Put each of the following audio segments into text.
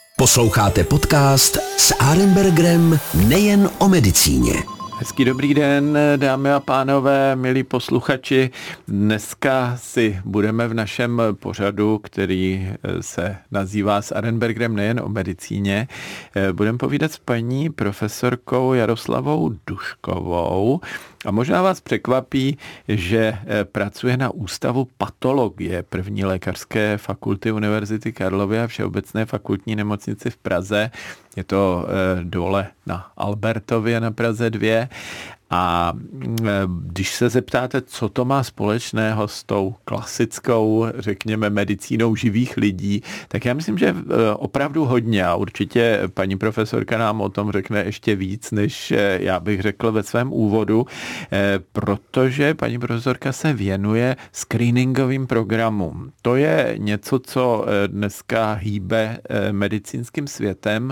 Posloucháte podcast s Arenbergerem nejen o medicíně. Hezký dobrý den, dámy a pánové, milí posluchači. Dneska si budeme v našem pořadu, který se nazývá s Arenbergerem nejen o medicíně, budeme povídat s paní profesorkou Jaroslavou Duškovou. A možná vás překvapí, že pracuje na Ústavu patologie první lékařské fakulty Univerzity Karlovy a Všeobecné fakultní nemocnici v Praze. Je to dole na Albertově na Praze 2. A když se zeptáte, co to má společného s tou klasickou, řekněme, medicínou živých lidí, tak já myslím, že opravdu hodně a určitě paní profesorka nám o tom řekne ještě víc, než já bych řekl ve svém úvodu, protože paní profesorka se věnuje screeningovým programům. To je něco, co dneska hýbe medicínským světem,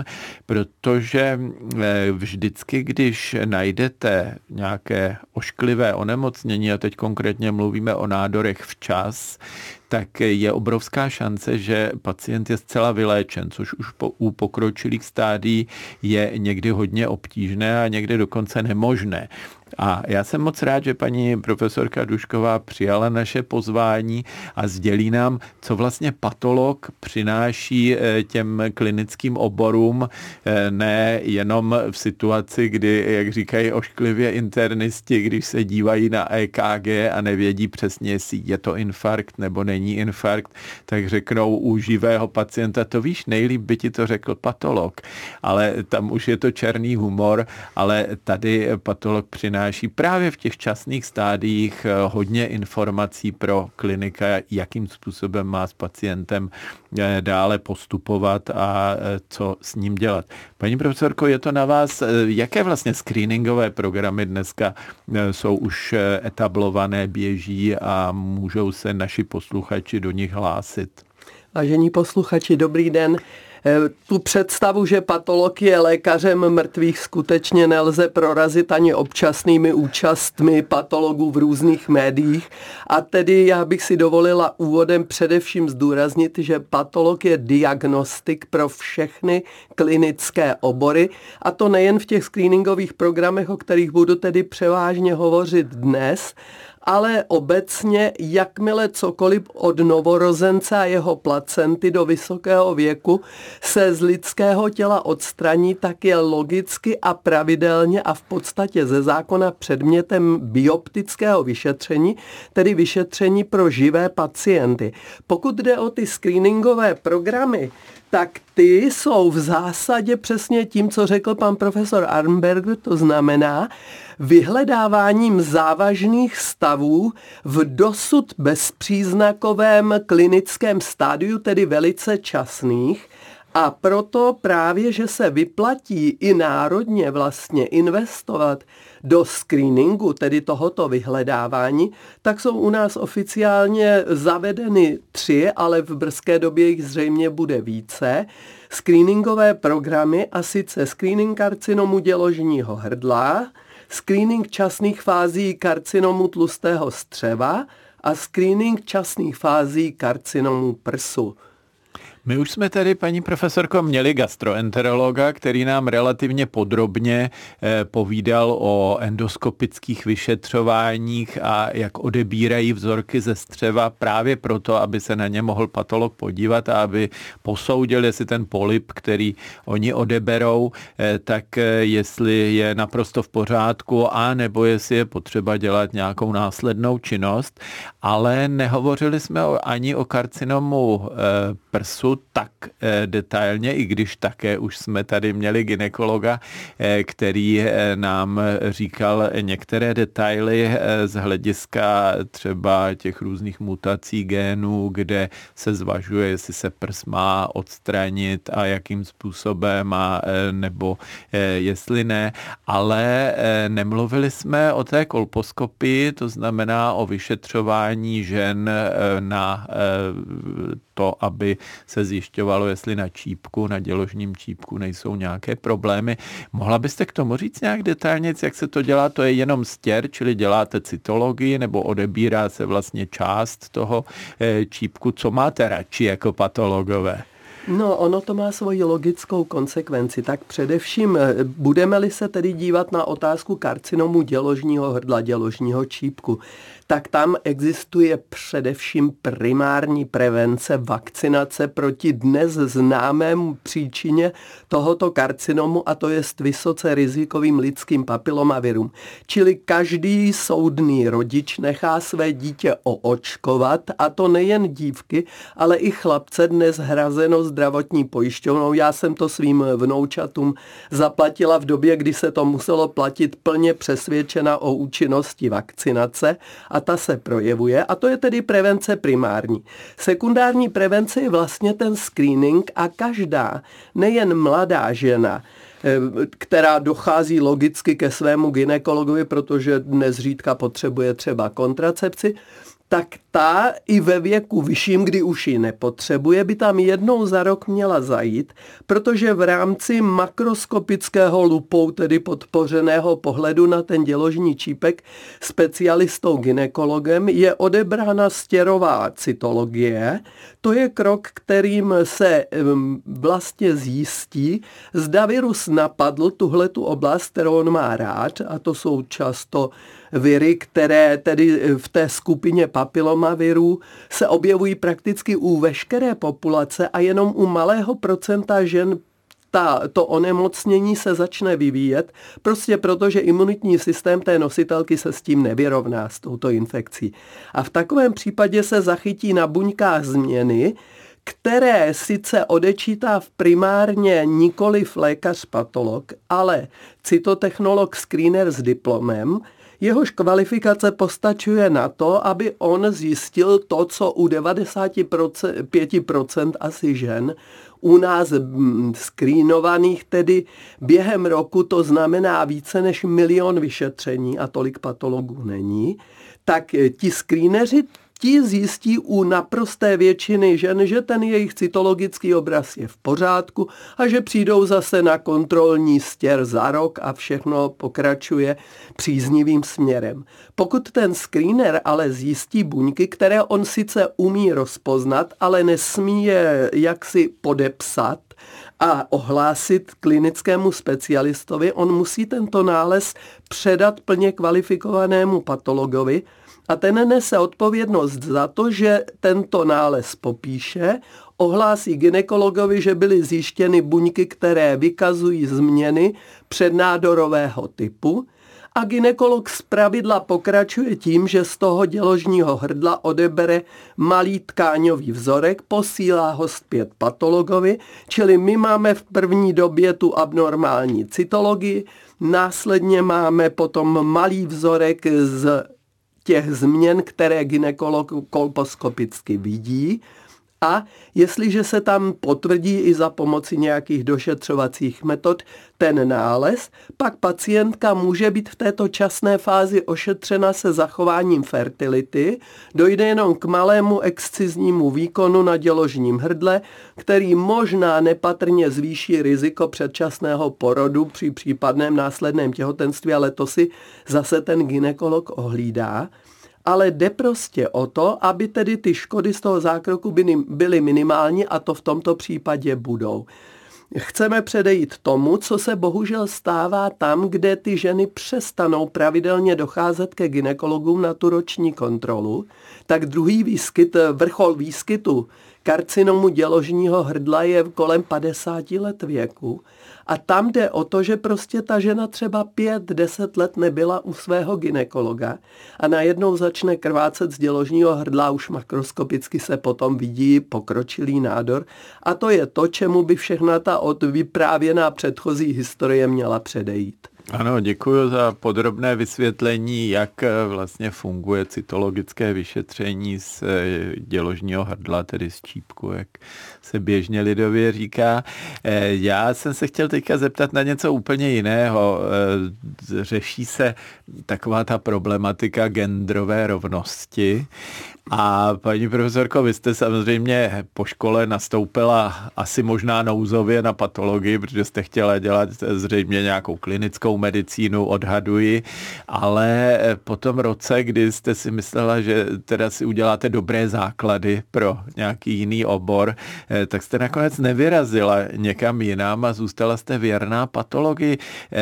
protože vždycky, když najdete nějaké ošklivé onemocnění, a teď konkrétně mluvíme o nádorech včas, tak je obrovská šance, že pacient je zcela vyléčen, což už u pokročilých stádií je někdy hodně obtížné a někdy dokonce nemožné. A já jsem moc rád, že paní profesorka Dušková přijala naše pozvání a sdělí nám, co vlastně patolog přináší těm klinickým oborům, ne jenom v situaci, kdy, jak říkají ošklivě internisti, když se dívají na EKG a nevědí přesně, jestli je to infarkt nebo není infarkt, tak řeknou u živého pacienta, to víš, nejlíp by ti to řekl patolog, ale tam už je to černý humor, ale tady patolog přináší právě v těch časných stádiích hodně informací pro klinika, jakým způsobem má s pacientem dále postupovat a co s ním dělat. Paní profesorko, je to na vás, jaké vlastně screeningové programy dneska jsou už etablované, běží a můžou se naši posluchači do nich hlásit? Vážení posluchači, dobrý den. Tu představu, že patolog je lékařem mrtvých, skutečně nelze prorazit ani občasnými účastmi patologů v různých médiích. A tedy já bych si dovolila úvodem především zdůraznit, že patolog je diagnostik pro všechny klinické obory, a to nejen v těch screeningových programech, o kterých budu tedy převážně hovořit dnes, ale obecně, jakmile cokoliv od novorozence a jeho placenty do vysokého věku se z lidského těla odstraní, tak je logicky a pravidelně a v podstatě ze zákona předmětem bioptického vyšetření, tedy vyšetření pro živé pacienty. Pokud jde o ty screeningové programy, tak ty jsou v zásadě přesně tím, co řekl pan profesor Arenberger, to znamená vyhledáváním závažných stavů v dosud bezpříznakovém klinickém stádiu, tedy velice časných. A proto právě, že se vyplatí i národně vlastně investovat do screeningu, tedy tohoto vyhledávání, tak jsou u nás oficiálně zavedeny 3, ale v brzké době jich zřejmě bude více, screeningové programy, a sice screening karcinomu děložního hrdla, screening časných fází karcinomu tlustého střeva a screening časných fází karcinomu prsu. My už jsme tady, paní profesorko, měli gastroenterologa, který nám relativně podrobně povídal o endoskopických vyšetřováních a jak odebírají vzorky ze střeva právě proto, aby se na ně mohl patolog podívat a aby posoudil, jestli ten polyp, který oni odeberou, tak jestli je naprosto v pořádku a nebo jestli je potřeba dělat nějakou následnou činnost. Ale nehovořili jsme ani o karcinomu prsu tak detailně, i když také už jsme tady měli gynekologa, který nám říkal některé detaily z hlediska třeba těch různých mutací génů, kde se zvažuje, jestli se prs má odstranit a jakým způsobem nebo jestli ne, ale nemluvili jsme o té kolposkopii, to znamená o vyšetřování žen na to, aby se zjišťovalo, jestli na čípku, na děložním čípku nejsou nějaké problémy. Mohla byste k tomu říct nějak detailně, jak se to dělá? To je jenom stěr, čili děláte cytologii, nebo odebírá se vlastně část toho čípku? Co máte radši jako patologové? No, ono to má svoji logickou konsekvenci. Tak především, budeme-li se tedy dívat na otázku karcinomu děložního hrdla, děložního čípku, tak tam existuje především primární prevence, vakcinace proti dnes známému příčině tohoto karcinomu, a to je vysoce rizikovým lidským papilomavirům. Čili každý soudný rodič nechá své dítě oočkovat, a to nejen dívky, ale i chlapce, dnes hrazeno zdravotní pojišťovnou. Já jsem to svým vnoučatům zaplatila v době, kdy se to muselo platit, plně přesvědčena o účinnosti vakcinace, a ta se projevuje, a to je tedy prevence primární. Sekundární prevence je vlastně ten screening, a každá, nejen mladá žena, která dochází logicky ke svému gynekologovi, protože dnes zřídka potřebuje třeba kontracepci, tak ta i ve věku vyšším, kdy už ji nepotřebuje, by tam jednou za rok měla zajít, protože v rámci makroskopického lupou, tedy podpořeného pohledu na ten děložní čípek specialistou gynekologem, je odebrána stěrová cytologie. To je krok, kterým se vlastně zjistí, zda virus napadl tuhletu oblast, kterou on má rád, a to jsou často viry, které tedy v té skupině papilomavirů se objevují prakticky u veškeré populace, a jenom u malého procenta žen to onemocnění se začne vyvíjet, prostě protože imunitní systém té nositelky se s tím nevyrovná, s touto infekcí. A v takovém případě se zachytí na buňkách změny, které sice odečítá primárně nikoliv lékař-patolog, ale cytotechnolog screener s diplomem, jehož kvalifikace postačuje na to, aby on zjistil to, co u 95% asi žen u nás screenovaných, tedy během roku, to znamená více než 1 milion vyšetření, a tolik patologů není, tak ti screeneři ti zjistí u naprosté většiny žen, že ten jejich cytologický obraz je v pořádku a že přijdou zase na kontrolní stěr za rok a všechno pokračuje příznivým směrem. Pokud ten screener ale zjistí buňky, které on sice umí rozpoznat, ale nesmí je jaksi podepsat a ohlásit klinickému specialistovi, on musí tento nález předat plně kvalifikovanému patologovi, a ten nese odpovědnost za to, že tento nález popíše, ohlásí gynekologovi, že byly zjištěny buňky, které vykazují změny přednádorového typu, a gynekolog zpravidla pokračuje tím, že z toho děložního hrdla odebere malý tkáňový vzorek, posílá ho zpět patologovi, čili my máme v první době tu abnormální cytologii, následně máme potom malý vzorek z těch změn, které gynekolog kolposkopicky vidí, a jestliže se tam potvrdí i za pomoci nějakých došetřovacích metod ten nález, pak pacientka může být v této časné fázi ošetřena se zachováním fertility, dojde jenom k malému exciznímu výkonu na děložním hrdle, který možná nepatrně zvýší riziko předčasného porodu při případném následném těhotenství, ale to si zase ten gynekolog ohlídá. Ale jde prostě o to, aby tedy ty škody z toho zákroku byly minimální, a to v tomto případě budou. Chceme předejít tomu, co se bohužel stává tam, kde ty ženy přestanou pravidelně docházet ke gynekologům na tu roční kontrolu, tak druhý výskyt, vrchol výskytu karcinomu děložního hrdla je kolem 50 let věku. A tam jde o to, že prostě ta žena třeba 5-10 let nebyla u svého gynekologa a najednou začne krvácet z děložního hrdla, už makroskopicky se potom vidí pokročilý nádor. A to je to, čemu by všechna ta vyprávěná předchozí historie měla předejít. Ano, děkuji za podrobné vysvětlení, jak vlastně funguje cytologické vyšetření z děložního hrdla, tedy z čípku, jak se běžně lidově říká. Já jsem se chtěl teďka zeptat na něco úplně jiného. Řeší se taková ta problematika genderové rovnosti A paní profesorko, vy jste samozřejmě po škole nastoupila asi možná nouzově na patologii, protože jste chtěla dělat zřejmě nějakou klinickou medicínu, odhaduji, ale po tom roce, kdy jste si myslela, že teda si uděláte dobré základy pro nějaký jiný obor, tak jste nakonec nevyrazila někam jinam a zůstala jste věrná patologii.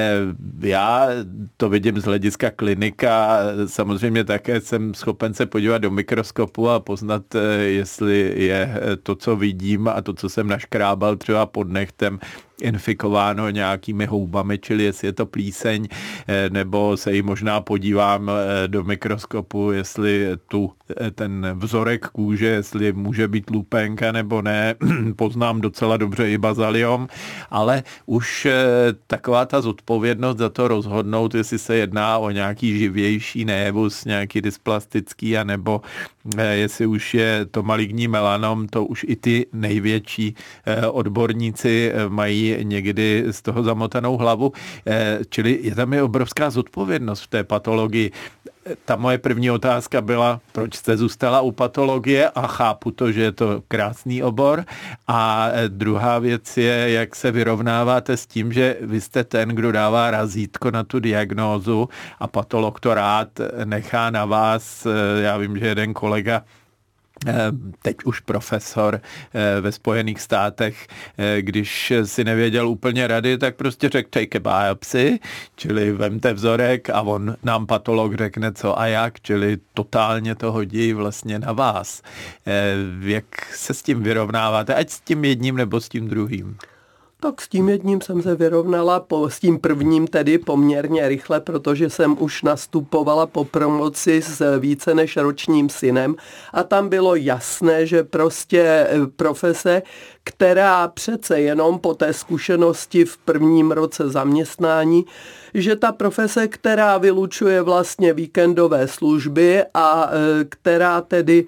Já to vidím z hlediska klinika, samozřejmě také jsem schopen se podívat do mikroskopu a poznat, jestli je to, co vidím a to, co jsem naškrábal třeba pod nechtem, infikováno nějakými houbami, čili jestli je to plíseň, nebo se jí možná podívám do mikroskopu, jestli ten vzorek kůže, jestli může být lupenka nebo ne, poznám docela dobře i bazaliom, ale už taková ta zodpovědnost za to rozhodnout, jestli se jedná o nějaký živější névus, nějaký dysplastický, anebo jestli už je to maligní melanom, to už i ty největší odborníci mají někdy z toho zamotanou hlavu. Čili je tam obrovská zodpovědnost v té patologii. Ta moje první otázka byla, proč jste zůstala u patologie, a chápu to, že je to krásný obor. A druhá věc je, jak se vyrovnáváte s tím, že vy jste ten, kdo dává razítko na tu diagnózu a patolog to rád nechá na vás. Já vím, že jeden kolega, teď už profesor ve Spojených státech, když si nevěděl úplně rady, tak prostě řekl take a biopsy, čili vemte vzorek a on nám patolog řekne co a jak, čili totálně to hodí vlastně na vás. Jak se s tím vyrovnáváte, ať s tím jedním nebo s tím druhým? Tak s tím jedním jsem se vyrovnala, s tím prvním tedy poměrně rychle, protože jsem už nastupovala po promoci s více než ročním synem a tam bylo jasné, že prostě profese, která přece jenom po té zkušenosti v prvním roce zaměstnání, že ta profese, která vylučuje vlastně víkendové služby a která tedy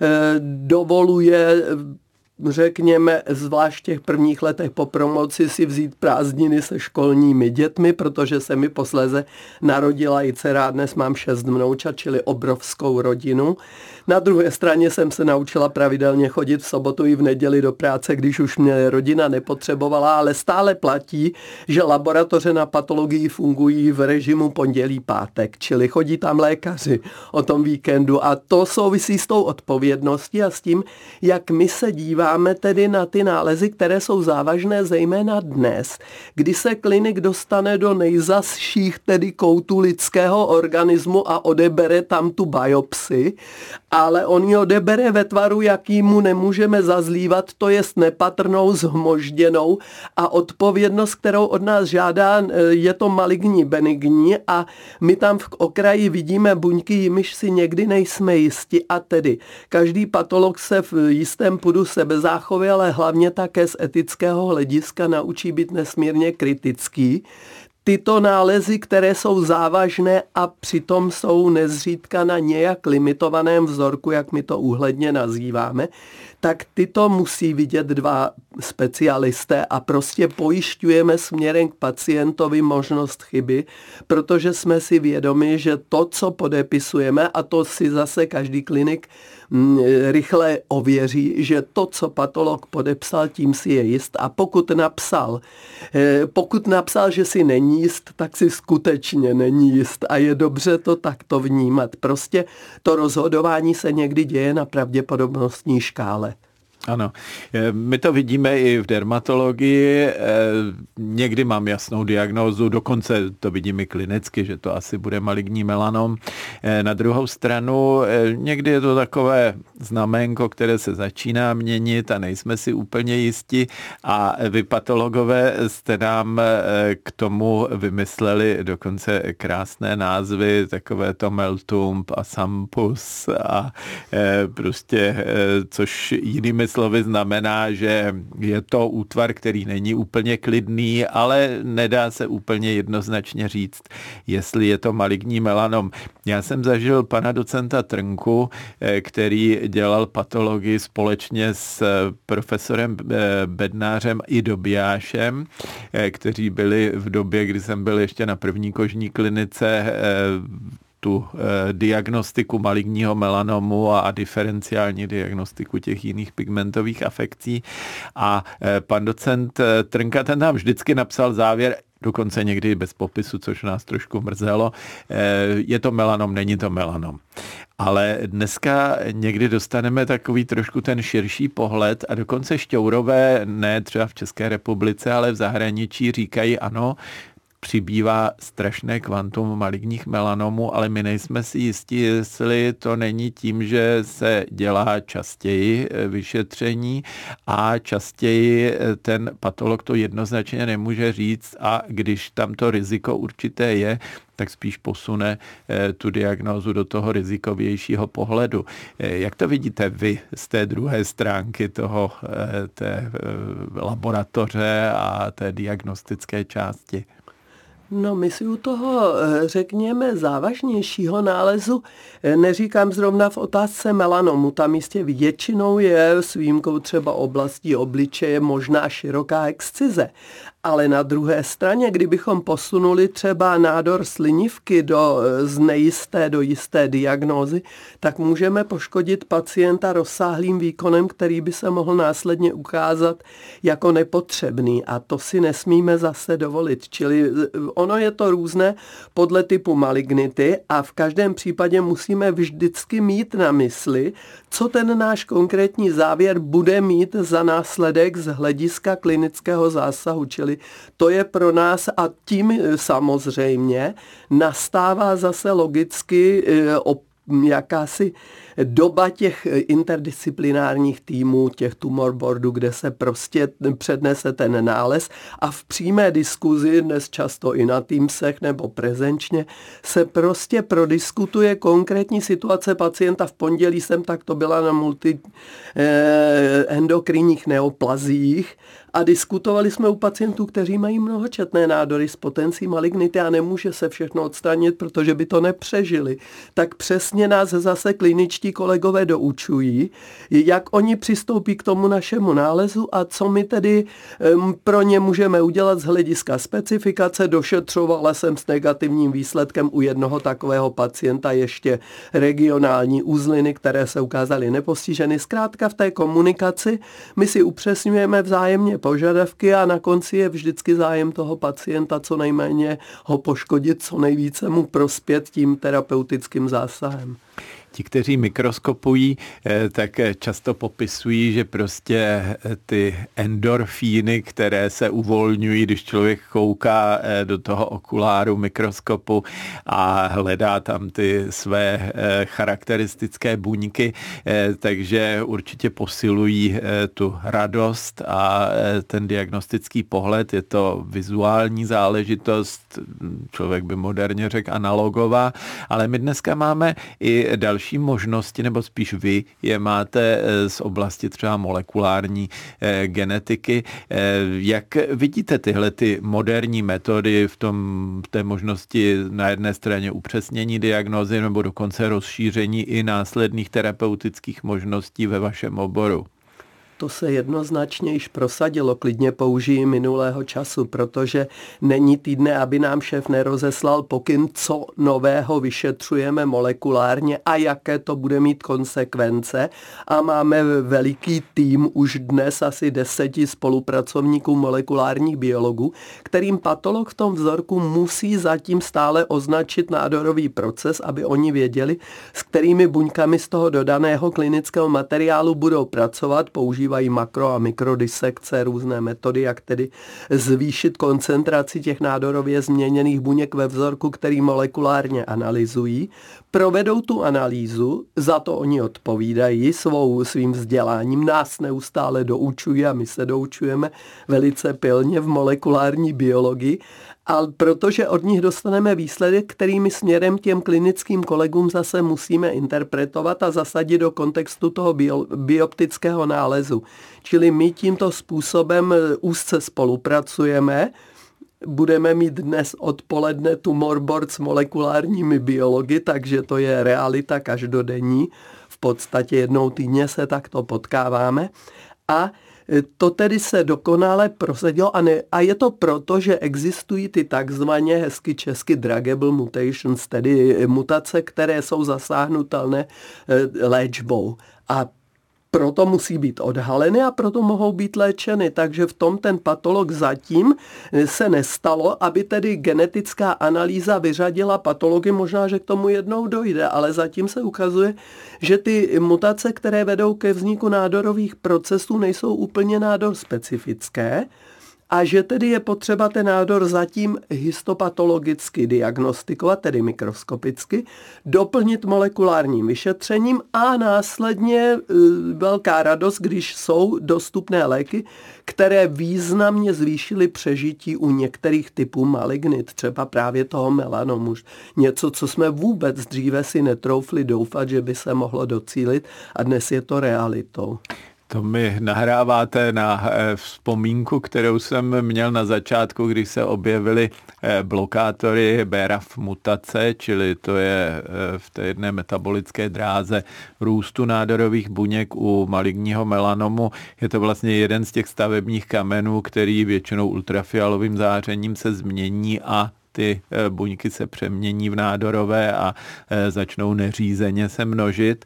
dovoluje, řekněme, zvlášť v těch prvních letech po promoci si vzít prázdniny se školními dětmi, protože se mi posléze narodila i dcera, dnes mám 6 vnoučat, čili obrovskou rodinu. Na druhé straně jsem se naučila pravidelně chodit v sobotu i v neděli do práce, když už mě rodina nepotřebovala, ale stále platí, že laboratoře na patologii fungují v režimu pondělí pátek, čili chodí tam lékaři o tom víkendu a to souvisí s tou odpovědností a s tím, jak my se díváme tedy na ty nálezy, které jsou závažné zejména dnes, kdy se klinik dostane do nejzazších tedy koutů lidského organismu a odebere tam tu biopsii, ale on ji odebere ve tvaru, jaký mu nemůžeme zazlívat, to jest nepatrnou, zhmožděnou a odpovědnost, kterou od nás žádá, je to maligní, benigní a my tam v okraji vidíme buňky, jimiž si někdy nejsme jisti a tedy každý patolog se v jistém půdu sebezáchovy, ale hlavně také z etického hlediska naučí být nesmírně kritický. Tyto nálezy, které jsou závažné a přitom jsou nezřídka na nějak limitovaném vzorku, jak my to úhledně nazýváme, tak tyto musí vidět dva specialisté a prostě pojišťujeme směrem k pacientovi možnost chyby, protože jsme si vědomi, že to, co podepisujeme, a to si zase každý klinik rychle ověří, že to, co patolog podepsal, tím si je jist a pokud napsal, že si není jist, tak si skutečně není jist a je dobře to takto vnímat. Prostě to rozhodování se někdy děje na pravděpodobnostní škále. Ano, my to vidíme i v dermatologii, někdy mám jasnou diagnózu, dokonce to vidím i klinicky, že to asi bude maligní melanom. Na druhou stranu někdy je to takové znaménko, které se začíná měnit a nejsme si úplně jisti a vy patologové jste nám k tomu vymysleli dokonce krásné názvy, takové to Meltump a Sampus a prostě, což jinými slovy znamená, že je to útvar, který není úplně klidný, ale nedá se úplně jednoznačně říct, jestli je to maligní melanom. Já jsem zažil pana docenta Trnku, který dělal patologii společně s profesorem Bednářem i Dobijášem, kteří byli v době, kdy jsem byl ještě na první kožní klinice tu diagnostiku maligního melanomu a diferenciální diagnostiku těch jiných pigmentových afekcí. A pan docent Trnka, ten tam vždycky napsal závěr, dokonce někdy bez popisu, což nás trošku mrzelo, je to melanom, není to melanom. Ale dneska někdy dostaneme takový trošku ten širší pohled a dokonce šťourové, ne třeba v České republice, ale v zahraničí říkají ano, přibývá strašné kvantum maligních melanomů, ale my nejsme si jistí, jestli to není tím, že se dělá častěji vyšetření a častěji ten patolog to jednoznačně nemůže říct a když tam to riziko určité je, tak spíš posune tu diagnózu do toho rizikovějšího pohledu. Jak to vidíte vy z té druhé stránky té laboratoře a té diagnostické části? No, my si u toho, řekněme, závažnějšího nálezu neříkám zrovna v otázce melanomu. Tam jistě většinou je s výjimkou třeba oblastí obličeje možná široká excize. Ale na druhé straně, kdybychom posunuli třeba nádor slinivky z nejisté do jisté diagnózy, tak můžeme poškodit pacienta rozsáhlým výkonem, který by se mohl následně ukázat jako nepotřebný. A to si nesmíme zase dovolit. Čili ono je to různé podle typu malignity a v každém případě musíme vždycky mít na mysli, co ten náš konkrétní závěr bude mít za následek z hlediska klinického zásahu. Čili to je pro nás a tím samozřejmě nastává zase logicky jakási doba těch interdisciplinárních týmů, těch tumor boardů, kde se prostě přednese ten nález a v přímé diskuzi, dnes často i na Teamsech nebo prezenčně, se prostě prodiskutuje konkrétní situace pacienta. V pondělí jsem takto byla na multiendokrinních neoplazích a diskutovali jsme u pacientů, kteří mají mnohočetné nádory s potencí malignity a nemůže se všechno odstranit, protože by to nepřežili. Tak přesně nás zase kliničtí kolegové doučují, jak oni přistoupí k tomu našemu nálezu a co my tedy pro ně můžeme udělat z hlediska specifikace. Došetřovala jsem s negativním výsledkem u jednoho takového pacienta ještě regionální uzliny, které se ukázaly nepostiženy. Zkrátka v té komunikaci my si upřesňujeme vzájemně požadavky a na konci je vždycky zájem toho pacienta co nejméně ho poškodit, co nejvíce mu prospět tím terapeutickým zásahem. Ti, kteří mikroskopují, tak často popisují, že prostě ty endorfíny, které se uvolňují, když člověk kouká do toho okuláru mikroskopu a hledá tam ty své charakteristické buňky, takže určitě posilují tu radost a ten diagnostický pohled. Je to vizuální záležitost, člověk by moderně řekl analogová, ale my dneska máme i další možnosti, nebo spíš vy je máte z oblasti třeba molekulární genetiky. Jak vidíte tyhle ty moderní metody v té možnosti na jedné straně upřesnění diagnózy nebo dokonce rozšíření i následných terapeutických možností ve vašem oboru? To se jednoznačně již prosadilo, klidně použiji minulého času, protože není týdne, aby nám šéf nerozeslal pokyn, co nového vyšetřujeme molekulárně a jaké to bude mít konsekvence. A máme veliký tým už dnes asi 10 spolupracovníků molekulárních biologů, kterým patolog v tom vzorku musí zatím stále označit nádorový proces, aby oni věděli, s kterými buňkami z toho dodaného klinického materiálu budou pracovat, používají makro- a mikrodisekce, různé metody, jak tedy zvýšit koncentraci těch nádorově změněných buněk ve vzorku, který molekulárně analyzují. Provedou tu analýzu, za to oni odpovídají svým vzděláním, nás neustále doučují a my se doučujeme velice pilně v molekulární biologii, ale protože od nich dostaneme výsledek, kterými směrem těm klinickým kolegům zase musíme interpretovat a zasadit do kontextu toho bioptického nálezu. Čili my tímto způsobem úzce spolupracujeme. Budeme mít dnes odpoledne tumor board s molekulárními biology, takže to je realita každodenní. V podstatě jednou týdně se takto potkáváme. A To tedy se dokonale prosadilo a je to proto, že existují ty takzvaně hezky česky druggable mutations, tedy mutace, které jsou zasáhnutelné léčbou. A proto musí být odhaleny a proto mohou být léčeny. Takže v tom ten patolog zatím se nestalo, aby tedy genetická analýza vyřadila patology. Možná, že k tomu jednou dojde, ale zatím se ukazuje, že ty mutace, které vedou ke vzniku nádorových procesů, nejsou úplně nádor specifické, a že tedy je potřeba ten nádor zatím histopatologicky diagnostikovat, tedy mikroskopicky, doplnit molekulárním vyšetřením a následně velká radost, když jsou dostupné léky, které významně zvýšily přežití u některých typů malignit, třeba právě toho melanomu. Něco, co jsme vůbec dříve si netroufli doufat, že by se mohlo docílit, a dnes je to realitou. To mi nahráváte na vzpomínku, kterou jsem měl na začátku, když se objevily blokátory BRAF mutace, čili to je v té jedné metabolické dráze růstu nádorových buněk u maligního melanomu. Je to vlastně jeden z těch stavebních kamenů, který většinou ultrafialovým zářením se změní a ty buňky se přemění v nádorové a začnou neřízeně se množit.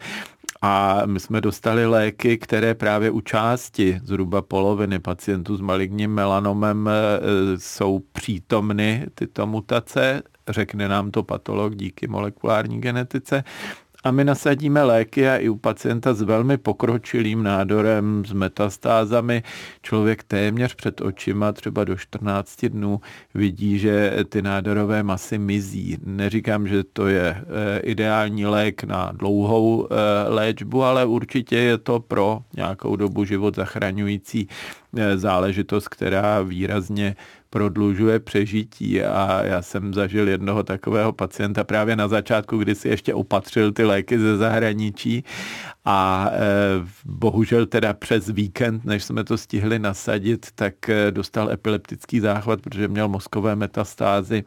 A my jsme dostali léky, které právě u části, zhruba poloviny pacientů s maligním melanomem jsou přítomny tyto mutace, řekne nám to patolog díky molekulární genetice. A my nasadíme léky a i u pacienta s velmi pokročilým nádorem, s metastázami, člověk téměř před očima, třeba do 14 dnů, vidí, že ty nádorové masy mizí. Neříkám, že to je ideální lék na dlouhou léčbu, ale určitě je to pro nějakou dobu život zachraňující záležitost, která výrazně prodlužuje přežití. A já jsem zažil jednoho takového pacienta právě na začátku, kdy si ještě opatřil ty léky ze zahraničí a bohužel teda přes víkend, než jsme to stihli nasadit, tak dostal epileptický záchvat, protože měl mozkové metastázy,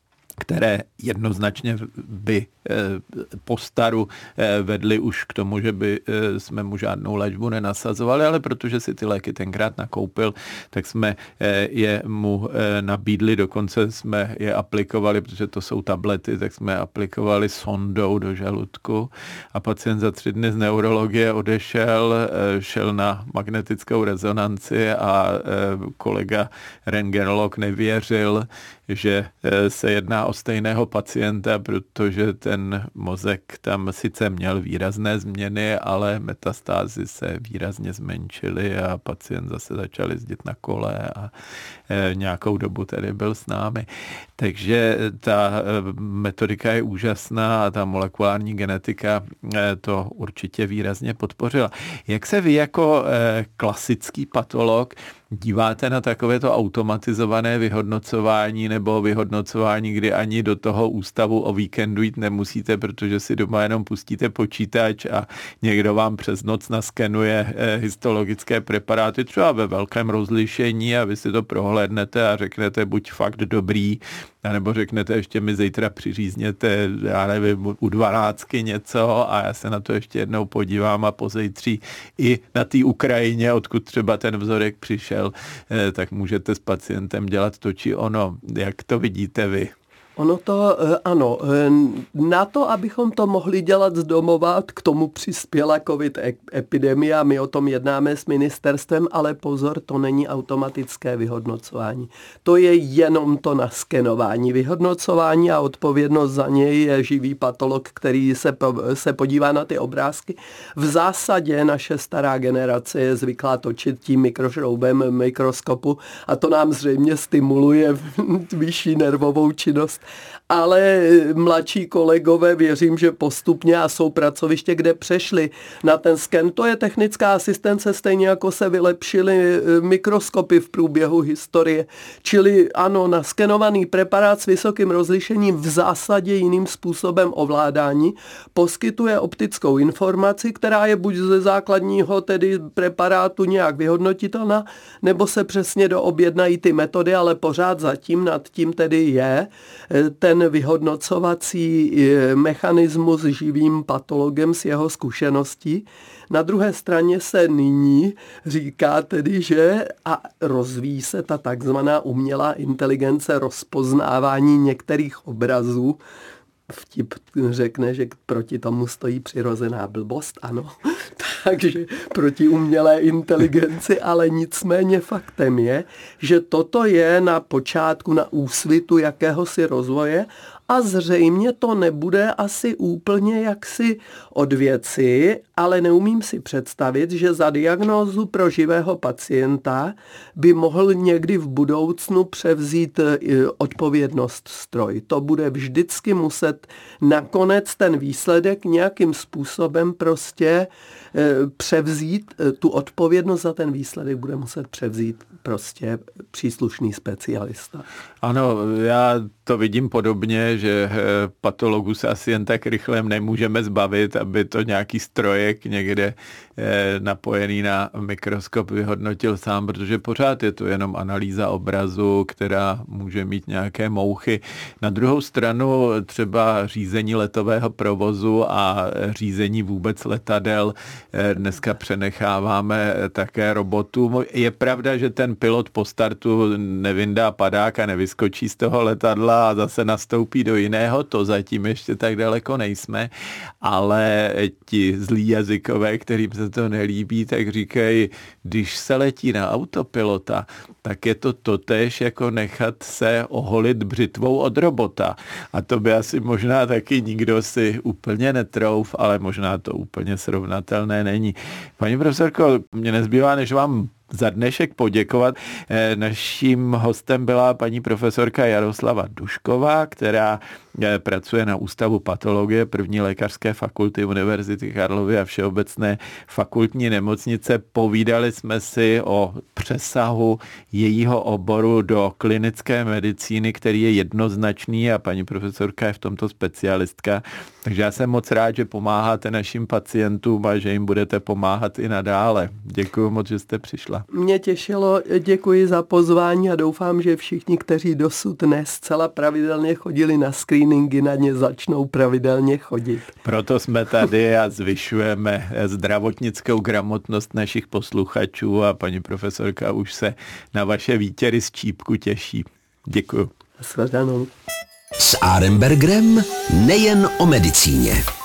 které jednoznačně by po staru vedly už k tomu, že by jsme mu žádnou léčbu nenasazovali, ale protože si ty léky tenkrát nakoupil, tak jsme je mu nabídli, dokonce jsme je aplikovali, protože to jsou tablety, tak jsme je aplikovali sondou do žaludku a pacient za 3 dny z neurologie odešel, šel na magnetickou rezonanci a kolega rentgenolog nevěřil, že se jedná o stejného pacienta, protože ten mozek tam sice měl výrazné změny, ale metastázy se výrazně zmenšily a pacient zase začal jezdit na kole a nějakou dobu tedy byl s námi. Takže ta metodika je úžasná a ta molekulární genetika to určitě výrazně podpořila. Jak se vy jako klasický patolog díváte na takovéto automatizované vyhodnocování nebo vyhodnocování, kdy ani do toho ústavu o víkendu jít nemusíte, protože si doma jenom pustíte počítač a někdo vám přes noc naskenuje histologické preparáty třeba ve velkém rozlišení a vy si to prohlédnete a řeknete buď fakt dobrý, anebo řeknete, ještě mi zítra přiřízněte, já nevím, u 12 něco a já se na to ještě jednou podívám a pozejtří i na té Ukrajině, odkud třeba ten vzorek přišel, tak můžete s pacientem dělat to či ono. Jak to vidíte vy? Ono to, ano, na to, abychom to mohli dělat z domova, k tomu přispěla covid epidemie a my o tom jednáme s ministerstvem, ale pozor, to není automatické vyhodnocování. To je jenom to naskenování. Vyhodnocování a odpovědnost za něj je živý patolog, který se podívá na ty obrázky. V zásadě naše stará generace je zvyklá točit tím mikrošroubem mikroskopu a to nám zřejmě stimuluje vyšší nervovou činnost. Ale mladší kolegové věřím, že postupně a jsou pracoviště, kde přešli na ten sken. To je technická asistence, stejně jako se vylepšily mikroskopy v průběhu historie. Čili ano, naskenovaný preparát s vysokým rozlišením v zásadě jiným způsobem ovládání poskytuje optickou informaci, která je buď ze základního tedy preparátu nějak vyhodnotitelná, nebo se přesně doobjednají ty metody, ale pořád zatím nad tím tedy je ten vyhodnocovací mechanismus živým patologem s jeho zkušeností. Na druhé straně se nyní říká tedy, že a rozvíjí se ta takzvaná umělá inteligence rozpoznávání některých obrazů. Vtip řekne, že proti tomu stojí přirozená blbost, ano. Takže proti umělé inteligenci, ale nicméně faktem je, že toto je na počátku, na úsvitu jakéhosi rozvoje a zřejmě to nebude asi úplně jaksi od věci, ale neumím si představit, že za diagnózu pro živého pacienta by mohl někdy v budoucnu převzít odpovědnost stroj. To bude vždycky muset nakonec ten výsledek nějakým způsobem prostě převzít, tu odpovědnost za ten výsledek bude muset převzít prostě příslušný specialista. Ano, já to vidím podobně, že patologů se asi jen tak rychle nemůžeme zbavit, aby to nějaký strojek někde napojený na mikroskop vyhodnotil sám, protože pořád je to jenom analýza obrazu, která může mít nějaké mouchy. Na druhou stranu třeba řízení letového provozu a řízení vůbec letadel dneska přenecháváme také robotům. Je pravda, že ten pilot po startu nevyndá padák a nevyskočí z toho letadla a zase nastoupí do jiného, to zatím ještě tak daleko nejsme, ale ti zlí jazykové, kterým se to nelíbí, tak říkají, když se letí na autopilota, tak je to totéž jako nechat se oholit břitvou od robota. A to by asi možná taky nikdo si úplně netrouf, ale možná to úplně srovnatelné není. Paní profesorko, mě nezbývá, než vám za dnešek poděkovat. Naším hostem byla paní profesorka Jaroslava Dušková, která pracuje na Ústavu patologie 1. lékařské fakulty Univerzity Karlovy a Všeobecné fakultní nemocnice. Povídali jsme si o přesahu jejího oboru do klinické medicíny, který je jednoznačný a paní profesorka je v tomto specialistka. Takže já jsem moc rád, že pomáháte našim pacientům a že jim budete pomáhat i nadále. Děkuji moc, že jste přišla. Mě těšilo, děkuji za pozvání a doufám, že všichni, kteří dosud ne zcela pravidelně chodili na screeningy, na ně začnou pravidelně chodit. Proto jsme tady a zvyšujeme zdravotnickou gramotnost našich posluchačů a paní profesorka už se na vaše výtěry z čípku těší. Děkuji. Shledanou. S Arenbergerem nejen o medicíně.